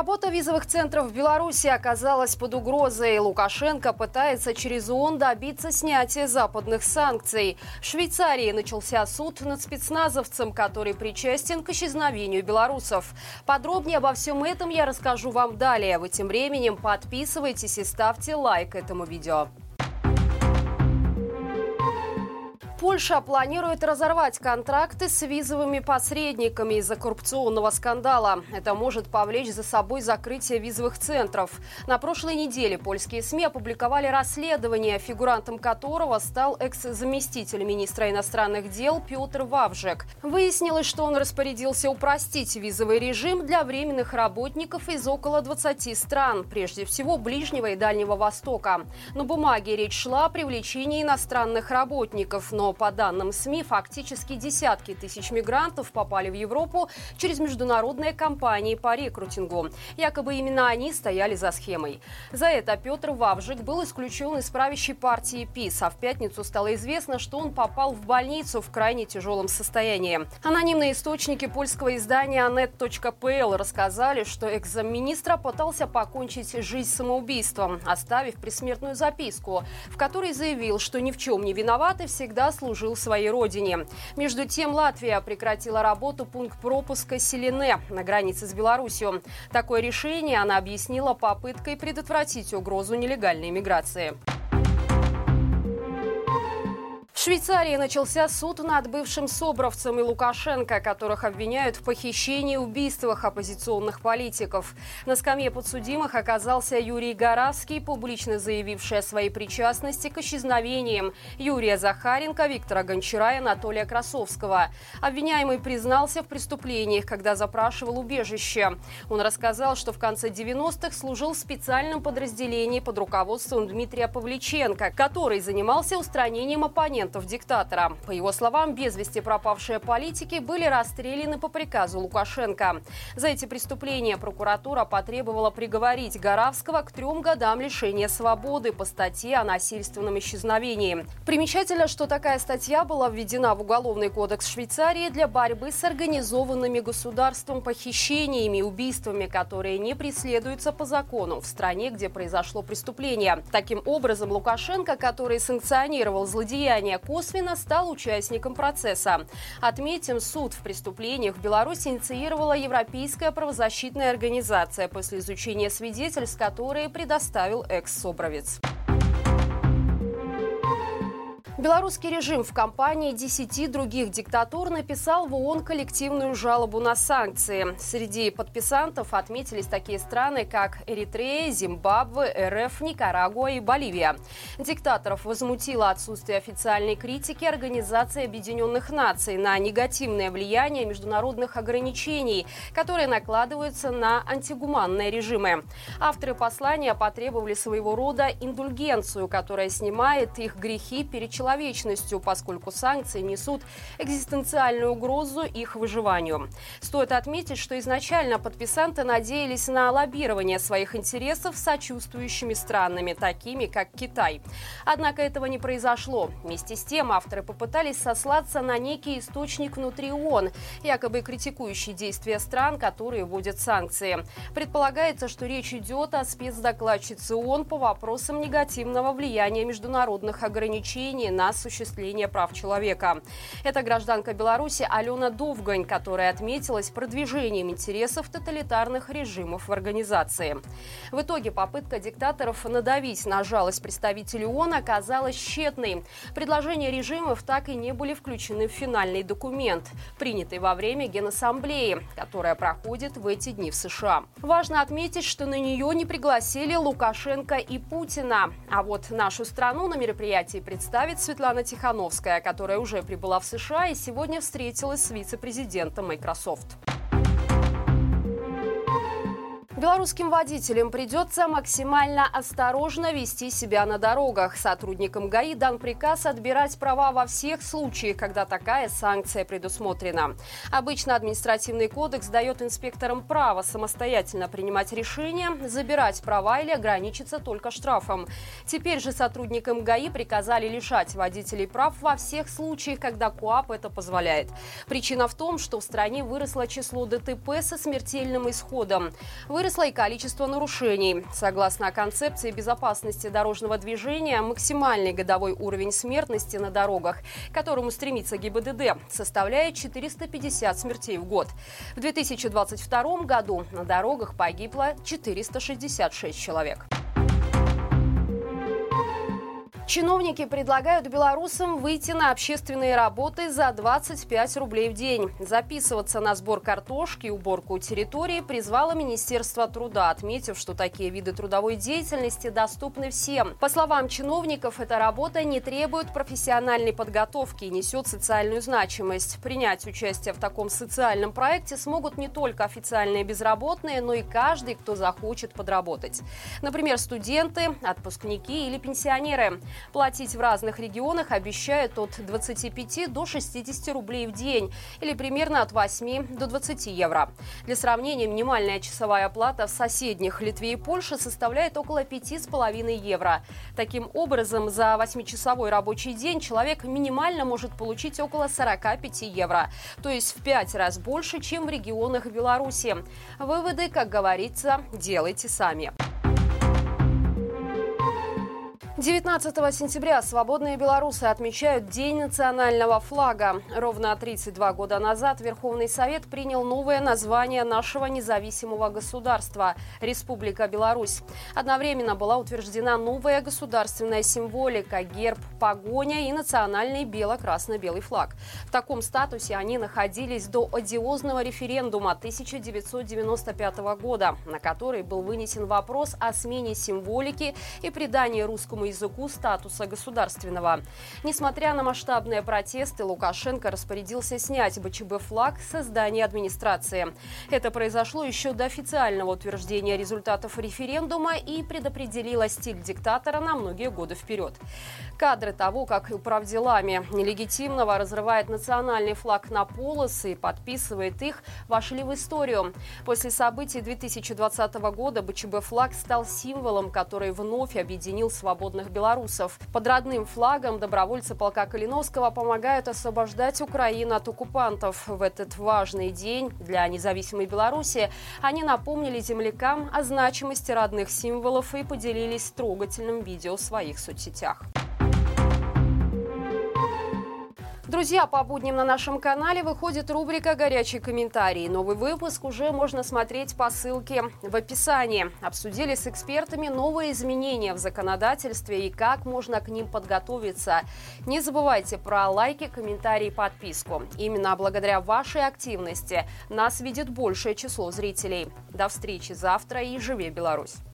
Работа визовых центров в Беларуси оказалась под угрозой. Лукашенко пытается через ООН добиться снятия западных санкций. В Швейцарии начался суд над спецназовцем, который причастен к исчезновению белорусов. Подробнее обо всем этом я расскажу вам далее. Вы тем временем подписывайтесь и ставьте лайк этому видео. Польша планирует разорвать контракты с визовыми посредниками из-за коррупционного скандала. Это может повлечь за собой закрытие визовых центров. На прошлой неделе польские СМИ опубликовали расследование, фигурантом которого стал экс-заместитель министра иностранных дел Петр Вавжек. Выяснилось, что он распорядился упростить визовый режим для временных работников из около 20 стран, прежде всего Ближнего и Дальнего Востока. На бумаге речь шла о привлечении иностранных работников, но по данным СМИ, фактически десятки тысяч мигрантов попали в Европу через международные компании по рекрутингу. Якобы именно они стояли за схемой. За это Петр Вавжик был исключен из правящей партии ПиС, а в пятницу стало известно, что он попал в больницу в крайне тяжелом состоянии. Анонимные источники польского издания Anet.pl рассказали, что экс-замминистра пытался покончить жизнь самоубийством, оставив предсмертную записку, в которой заявил, что ни в чем не виноват и всегда служил своей родине. Между тем, Латвия прекратила работу пункт пропуска Селене на границе с Беларусью. Такое решение она объяснила попыткой предотвратить угрозу нелегальной миграции. В Швейцарии начался суд над бывшим собровцем и Лукашенко, которых обвиняют в похищении и убийствах оппозиционных политиков. На скамье подсудимых оказался Юрий Горавский, публично заявивший о своей причастности к исчезновениям Юрия Захаренко, Виктора Гончара и Анатолия Красовского. Обвиняемый признался в преступлениях, когда запрашивал убежище. Он рассказал, что в конце 90-х служил в специальном подразделении под руководством Дмитрия Павличенко, который занимался устранением оппонентов диктатора. По его словам, без вести пропавшие политики были расстреляны по приказу Лукашенко. За эти преступления прокуратура потребовала приговорить Горавского к 3 годам лишения свободы по статье о насильственном исчезновении. Примечательно, что такая статья была введена в Уголовный кодекс Швейцарии для борьбы с организованными государством похищениями и убийствами, которые не преследуются по закону в стране, где произошло преступление. Таким образом, Лукашенко, который санкционировал злодеяния, косвенно стал участником процесса. Отметим, суд в преступлениях в Беларуси инициировала Европейская правозащитная организация после изучения свидетельств, которые предоставил экс-собровец. Белорусский режим в компании 10 других диктатур написал в ООН коллективную жалобу на санкции. Среди подписантов отметились такие страны, как Эритрея, Зимбабве, РФ, Никарагуа и Боливия. Диктаторов возмутило отсутствие официальной критики Организации Объединенных Наций на негативное влияние международных ограничений, которые накладываются на антигуманные режимы. Авторы послания потребовали своего рода индульгенцию, которая снимает их грехи перед человечностью, поскольку санкции несут экзистенциальную угрозу их выживанию. Стоит отметить, что изначально подписанты надеялись на лоббирование своих интересов с сочувствующими странами, такими как Китай. Однако этого не произошло. Вместе с тем авторы попытались сослаться на некий источник внутри ООН, якобы критикующий действия стран, которые вводят санкции. Предполагается, что речь идет о спецдокладчице ООН по вопросам негативного влияния международных ограничений на осуществление прав человека. Это гражданка Беларуси Алена Довгань, которая отметилась продвижением интересов тоталитарных режимов в организации. В итоге попытка диктаторов надавить на жалость представителей ООН оказалась тщетной. Предложения режимов так и не были включены в финальный документ, принятый во время Генассамблеи, которая проходит в эти дни в США. Важно отметить, что на нее не пригласили Лукашенко и Путина. А вот нашу страну на мероприятии представит Светлана Тихановская, которая уже прибыла в США и сегодня встретилась с вице-президентом Microsoft. Белорусским водителям придется максимально осторожно вести себя на дорогах. Сотрудникам ГАИ дан приказ отбирать права во всех случаях, когда такая санкция предусмотрена. Обычно административный кодекс дает инспекторам право самостоятельно принимать решения, забирать права или ограничиться только штрафом. Теперь же сотрудникам ГАИ приказали лишать водителей прав во всех случаях, когда КоАП это позволяет. Причина в том, что в стране выросло число ДТП со смертельным исходом. Вырос числа и количества нарушений. Согласно концепции безопасности дорожного движения, максимальный годовой уровень смертности на дорогах, к которому стремится ГИБДД, составляет 450 смертей в год. В 2022 году на дорогах погибло 466 человек. Чиновники предлагают белорусам выйти на общественные работы за 25 рублей в день. Записываться на сбор картошки и уборку территории призвало Министерство труда, отметив, что такие виды трудовой деятельности доступны всем. По словам чиновников, эта работа не требует профессиональной подготовки и несет социальную значимость. Принять участие в таком социальном проекте смогут не только официальные безработные, но и каждый, кто захочет подработать. Например, студенты, отпускники или пенсионеры. Платить в разных регионах обещают от 25 до 60 рублей в день или примерно от 8 до 20 евро. Для сравнения, минимальная часовая оплата в соседних Литве и Польше составляет около 5,5 евро. Таким образом, за 8-часовой рабочий день человек минимально может получить около 45 евро, то есть в 5 раз больше, чем в регионах Беларуси. Выводы, как говорится, делайте сами. 19 сентября свободные белорусы отмечают День национального флага. Ровно 32 года назад Верховный Совет принял новое название нашего независимого государства – Республика Беларусь. Одновременно была утверждена новая государственная символика – герб, погоня и национальный бело-красно-белый флаг. В таком статусе они находились до одиозного референдума 1995 года, на который был вынесен вопрос о смене символики и придании русскому языку статуса государственного. Несмотря на масштабные протесты, Лукашенко распорядился снять БЧБ-флаг со здания администрации. Это произошло еще до официального утверждения результатов референдума и предопределило стиль диктатора на многие годы вперед. Кадры того, как управделами нелегитимного разрывает национальный флаг на полосы и подписывает их, вошли в историю. После событий 2020 года БЧБ-флаг стал символом, который вновь объединил свободных белорусов. Под родным флагом добровольцы полка Калиновского помогают освобождать Украину от оккупантов. В этот важный день для независимой Беларуси они напомнили землякам о значимости родных символов и поделились трогательным видео в своих соцсетях. Друзья, по будням на нашем канале выходит рубрика «Горячий комментарий». Новый выпуск уже можно смотреть по ссылке в описании. Обсудили с экспертами новые изменения в законодательстве и как можно к ним подготовиться. Не забывайте про лайки, комментарии и подписку. Именно благодаря вашей активности нас видит большее число зрителей. До встречи завтра и живи Беларусь!